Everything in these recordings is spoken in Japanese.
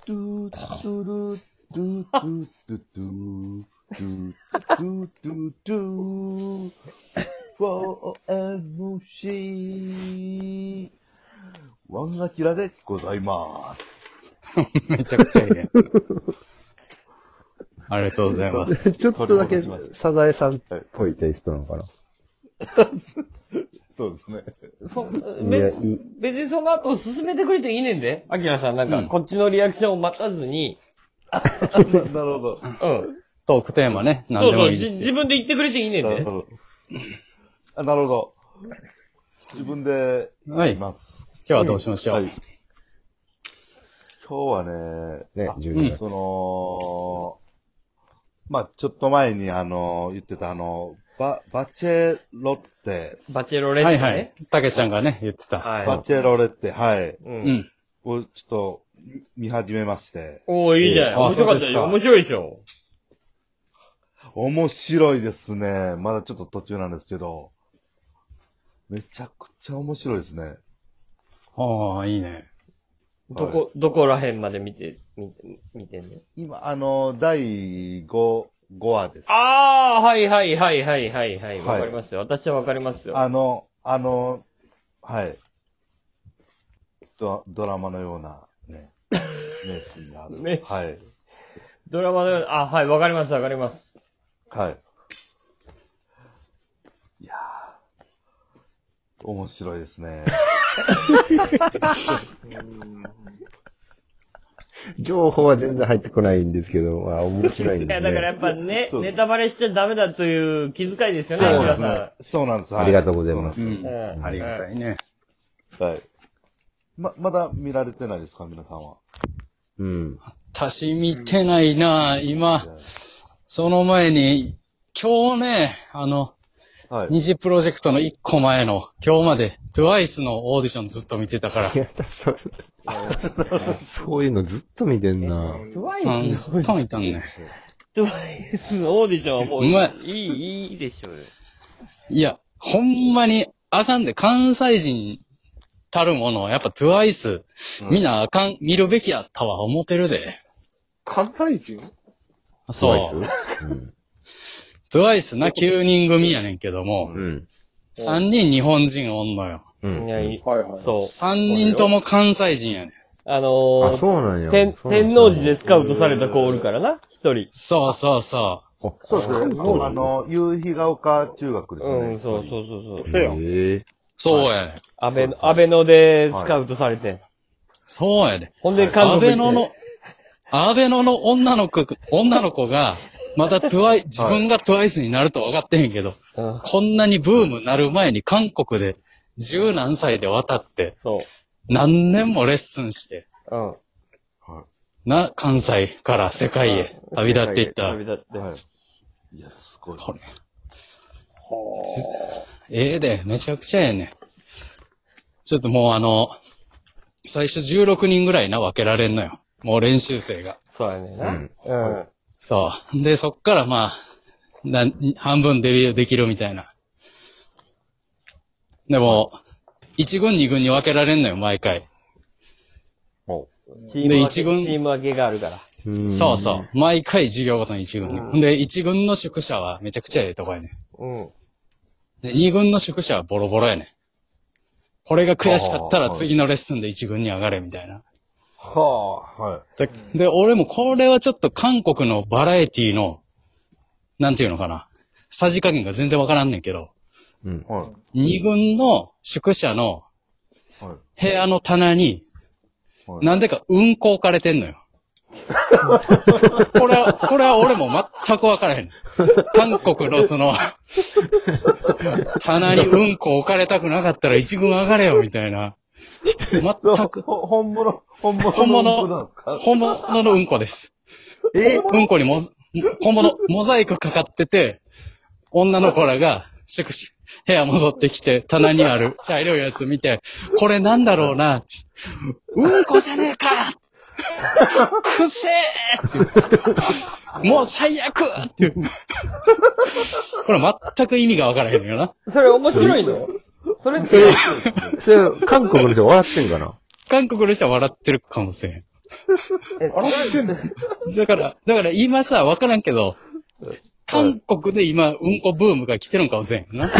ドゥドゥルドゥドゥドゥドゥドゥドゥドゥドゥ 4MC ワンアキラでございます。 めちゃくちゃいいね。ありがとうございます。 ちょっとだけサザエさんっぽいテイストなのかな。 そうですね。 別にその後進めてくれていいねんで。アキラさんなんか、こっちのリアクションを待たずに。 なるほど。 うん。 トークテーマね、何でもいいですよ。 自分で言ってくれていいねんで。 なるほど。なるほど。自分ではい。 今日はどうしましょう。はい、 今日はね、 12月。 まあ、ちょっと前に言ってたバチェロッテ。 バチェロレッテ、ね。 はいはい。たけちゃんがね、言ってた。 はい、バチェロレッテ、はい。 うん。 をちょっと見始めまして。 おー、いいじゃん。面白かったよ。面白いでしょ。 面白いですね。まだちょっと途中なんですけど。めちゃくちゃ面白いですね。 ああ、いいね。 どこら辺まで見てんの？ 今、第5話です。 ああ、はいはい。わかりますよ。私はわかりますよ。 はい。ドラマのような、ね。名シーンがある。 ね。 はい。 ドラマのような、はい、わかります。 はい。いやー、面白いですね。 情報は全然入ってこないんですけど、まあ面白いんで、ね。 いや、だからやっぱね、ネタバレしちゃダメだという気遣いですよね、皆さん。 そうなんです。 ありがとうございます。 ありがたいね。 はい。まだ見られてないですか、皆さんは。 うん。 私見てないな今、その前に、今日ね、はい、二次プロジェクトの1個前の、今日まで TWICE のオーディションずっと見てたから。 そういうのずっと見てんな。 TWICE ずっと見たんね。 TWICE のオーディションはもういいでしょうよ。 いや、ほんまにあかんで、関西人たるもの、やっぱ TWICE、みんなあかん、見るべきやったわ、思ってるで。 関西人？ そう。TWICE な、9人組やねんけども、3人日本人おんのよ。そう。3人とも関西人やねん。 そうなんや。 天王寺でスカウトされた子おるからな、1人。 そう。 そうですね。夕日が丘中学ですね。 そう。 そうやねん。 安倍野でスカウトされて。 そうやねん。 ほんで、 安倍野の女の子が、まだ自分が TWICE になると分かってへんけど、こんなにブームなる前に韓国で10何歳で渡って、何年もレッスンして、関西から世界へ旅立っていった。 いや、すごい。 めちゃくちゃやね。ちょっともう最初16人ぐらい分けられんのよ。もう練習生が。 そうやねんな。 そう。で、そっからまあ、半分デビューできるみたいな。でも、1軍2軍に分けられんのよ、毎回。 チーム分けがあるから。 そう。毎回授業ごとに1軍に。で、1軍の宿舎はめちゃくちゃええとこやね。で、2軍の宿舎はボロボロやね。これが悔しかったら次のレッスンで1軍に上がれみたいな。で、俺もこれはちょっと韓国のバラエティの、なんていうのかな。さじ加減が全然わからんねんけど。2軍の宿舎の部屋の棚に、なんでかうんこ置かれてんのよ。これは俺も全くわからへん。韓国の棚にうんこ置かれたくなかったら1軍上がれよみたいな。全く。 本物のうんこです。うんこに本物、モザイクかかってて、女の子らが、部屋戻ってきて、棚にある茶色いやつ見て、これなんだろうな、うんこじゃねえかくせーっていう。もう最悪っていう。これ全く意味がわからへんよな。 それ面白いの？それ韓国の人笑ってんかな？ 韓国の人は笑ってるかもしれん。 だから今さ、わからんけど、韓国で今、うんこブームが来てるんかもしれんよな。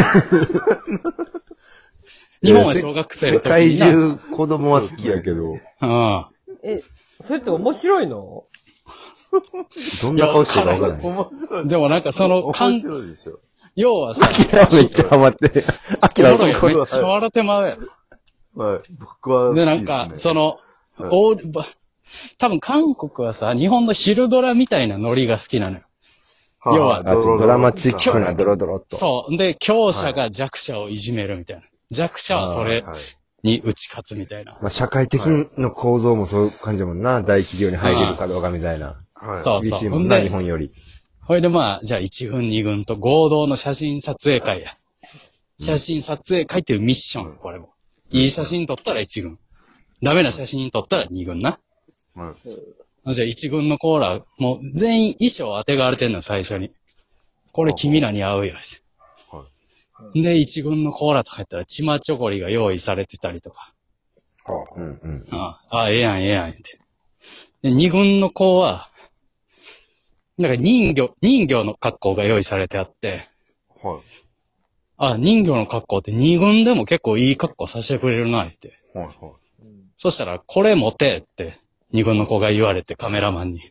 日本は小学生の時世界にな。 中子供は好きやけど、 うん。 それって面白いの？ どんな顔してるかわからない。 面白い。 でもなんかその、 面白いでしょ。 要はさ、 めっちゃハマってる。アキラおもろいよ。めっちゃ笑ってまうやん。 はい。僕は好きで、 ですね。 なんか、その、 はい多分韓国はさ、日本の昼ドラみたいなノリが好きなのよ。 はい要はあとドラマチックなドロドロっと。 そう。で、強者が弱者をいじめるみたいな。弱者はそれはい。 に打ち勝つみたいな。 まあ、社会的な構造もそういう感じだもんな。大企業に入れるかどうかみたいな。 はい。 そう厳しいもんな、 ほんで日本より。 ほいでまあ、じゃあ1軍2軍と合同の写真撮影会や。写真撮影会っていうミッション、これも。いい写真撮ったら1軍。ダメな写真撮ったら2軍な。 はい。 じゃあ1軍のコーラ、もう全員衣装当てがわれてんの、最初に。これ君らに合うよ。 はで、1軍のコーラとかやったら、チマチョゴリが用意されてたりとか。 うんうん。 ええやん、ええやん、って。で、2軍の子は、なんか人魚の格好が用意されてあって、 はい。 人魚の格好って2軍でも結構いい格好させてくれるな、って。 はい。はい。 そしたら、これ持てって、2軍の子が言われて、カメラマンに。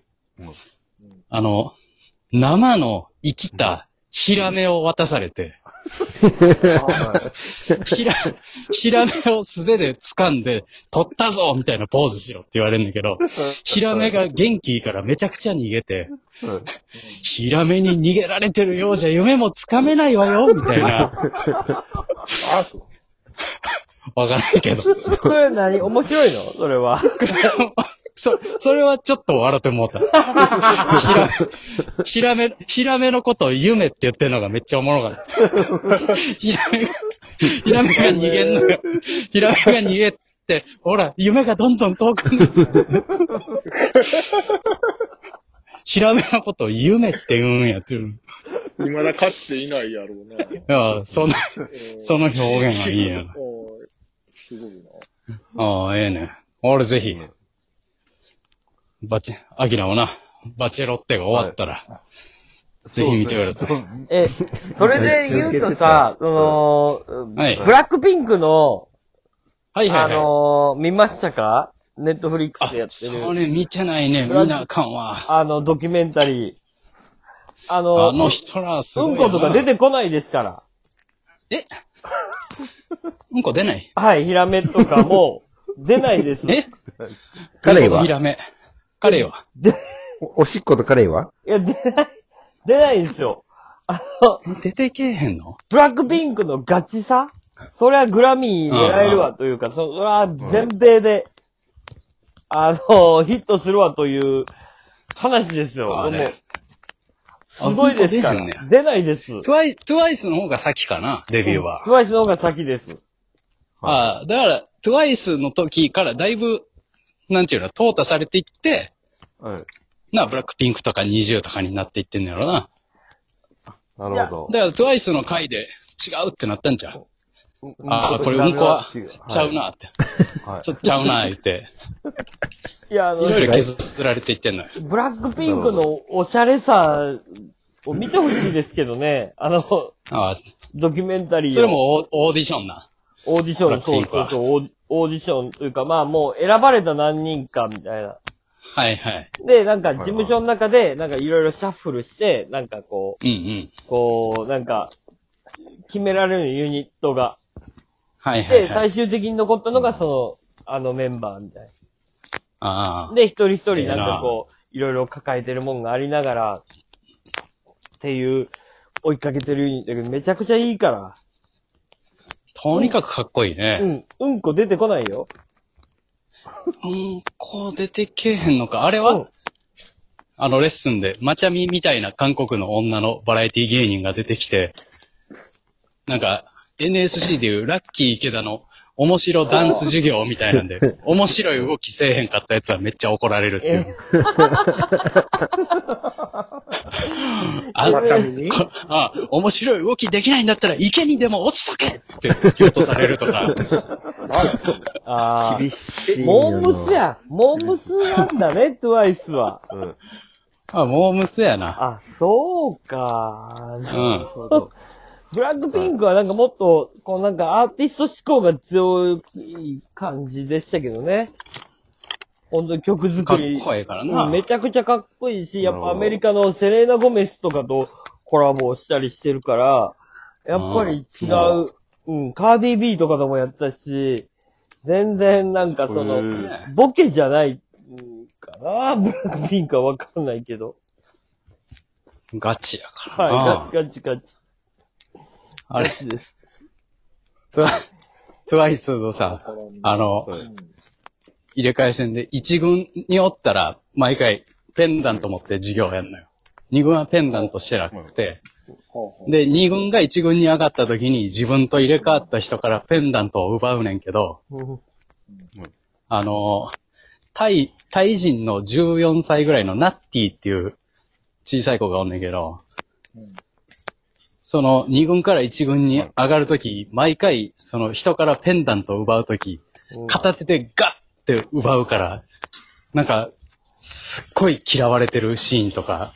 生の生きたヒラメを渡されて、ヒラメを素手で掴んで、取ったぞみたいなポーズしろって言われるんだけど、ヒラメが元気いいからめちゃくちゃ逃げて、ヒラメに逃げられてるようじゃ夢もつかめないわよみたいな。わからんけど。 それ何？面白いの？それは。 それはちょっと笑ってもうた。ヒラメのことを夢って言ってるのがめっちゃおもろかった。ヒラメが逃げんのよ。ヒラメが逃げて、ほら、夢がどんどん遠くなる。ヒラメのことを夢って言うんやっていう。 未だ勝っていないやろうな。 いや、その表現はいいやな。 すごいな。 ええね。俺ぜひ。アキラもな、バチェロッテが終わったら、ぜひ見てください。 それで言うとさ、 はい。 ブラックピンクの、 はいはいはい。 見ましたか？ネットフリックスでやってる。 それ見てないね。見なあかんわ。 ドキュメンタリー。 あの人らすごいうんことか出てこないですから。 うんこ出ない？ はい、ヒラメとかも出ないです。 カレイはヒラメ。カレイはおしっことカレイはいや、出ないんですよ。 出てけえへんの？ ブラックピンクのガチさ？それはグラミー狙えるわというか、それは全米で、ヒットするわという話ですよ。でもすごいですから。出ないです。 TWICE の方が先かな、デビューは。 TWICE の方が先です。 だから、TWICE の時からだいぶ、なんていうの、淘汰されていって、ブラックピンクとか20とかになっていってんのやろな。 なるほど。 だから TWICE の回で違うってなったんじゃん。これうんこはちゃうなって。ちょっとちゃうな言って。いろいろ削られていってんのよ。 ブラックピンクのおしゃれさを見てほしいですけどね。ドキュメンタリー。 それもオーディションな。 オーディション、そうオーディションというか、まあもう選ばれた何人かみたいな。 はいはい。 で、なんか事務所の中で、なんかいろいろシャッフルして、なんかこう、なんか、決められるユニットが。 はいはい。 で、最終的に残ったのがメンバーみたいな。で、一人一人なんかこう、いろいろ抱えてるもんがありながら、っていう、追いかけてるユニットだけど、めちゃくちゃいいから。 とにかくかっこいいね。 うんこ出てこないよ。 うんこ出てけえへんのか。あれは、レッスンで、マチャミみたいな韓国の女のバラエティ芸人が出てきて、なんか、NSC でいうラッキー池田の面白ダンス授業みたいなんで、面白い動きせえへんかったやつはめっちゃ怒られるっていう。 まちゃみに面白い動きできないんだったら池にでも落ちとけっつって突き落とされるとか。 あ厳しいー、 よモームスや。モームスなんだね、トゥワイスは。 モームスやな。 あ、そうか。 うん。 ブラックピンクはなんかもっと、こうなんかアーティスト思考が強い感じでしたけどね。本当に曲作かっり。 こいいからな。 めちゃくちゃかっこいいし、やっぱアメリカのセレーナ・ゴメスとかとコラボをしたりしてるから、やっぱり違う、カーディー・ビーとかともやってたし、全然なんかその、ボケじゃないかな、ブラックピンクはわかんないけど。 ガチやからな。 はい、ガチガチ。 あれガ、チです。 トゥワイスのさ、入れ替え戦で1軍におったら、毎回ペンダント持って授業やんのよ。2軍はペンダントしてなくて、で、2軍が1軍に上がった時に自分と入れ替わった人からペンダントを奪うねんけど、タイ人の14歳ぐらいのナッティっていう小さい子がおんねんけど、その2軍から1軍に上がるとき、毎回その人からペンダントを奪うとき、片手でガッて奪うから、なんか、すっごい嫌われてるシーンとか、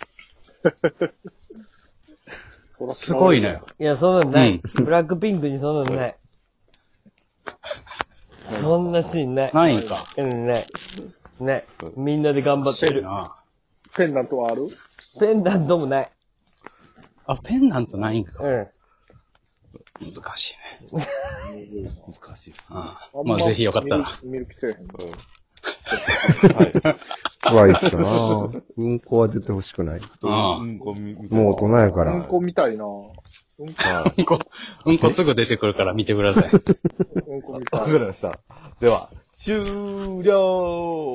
すごいのよ。 いや、そんなんない。ブラックピンクにそんなんない。そんなシーンない。 ないんか。 ない。ない。みんなで頑張ってる。 ペンダントはある？ ペンダントもない。 あ、ペンダントないんか。 うん。 難しいね。 難しい。 まあぜひよかったら。 見る気せえへん。 トゥワイスなうんこは出てほしくない。 うんこ見たいもう大人やから。 うんこ見たいな。 うんこすぐ出てくるから見てください。 うんこ見たい。 わかりました。では、終了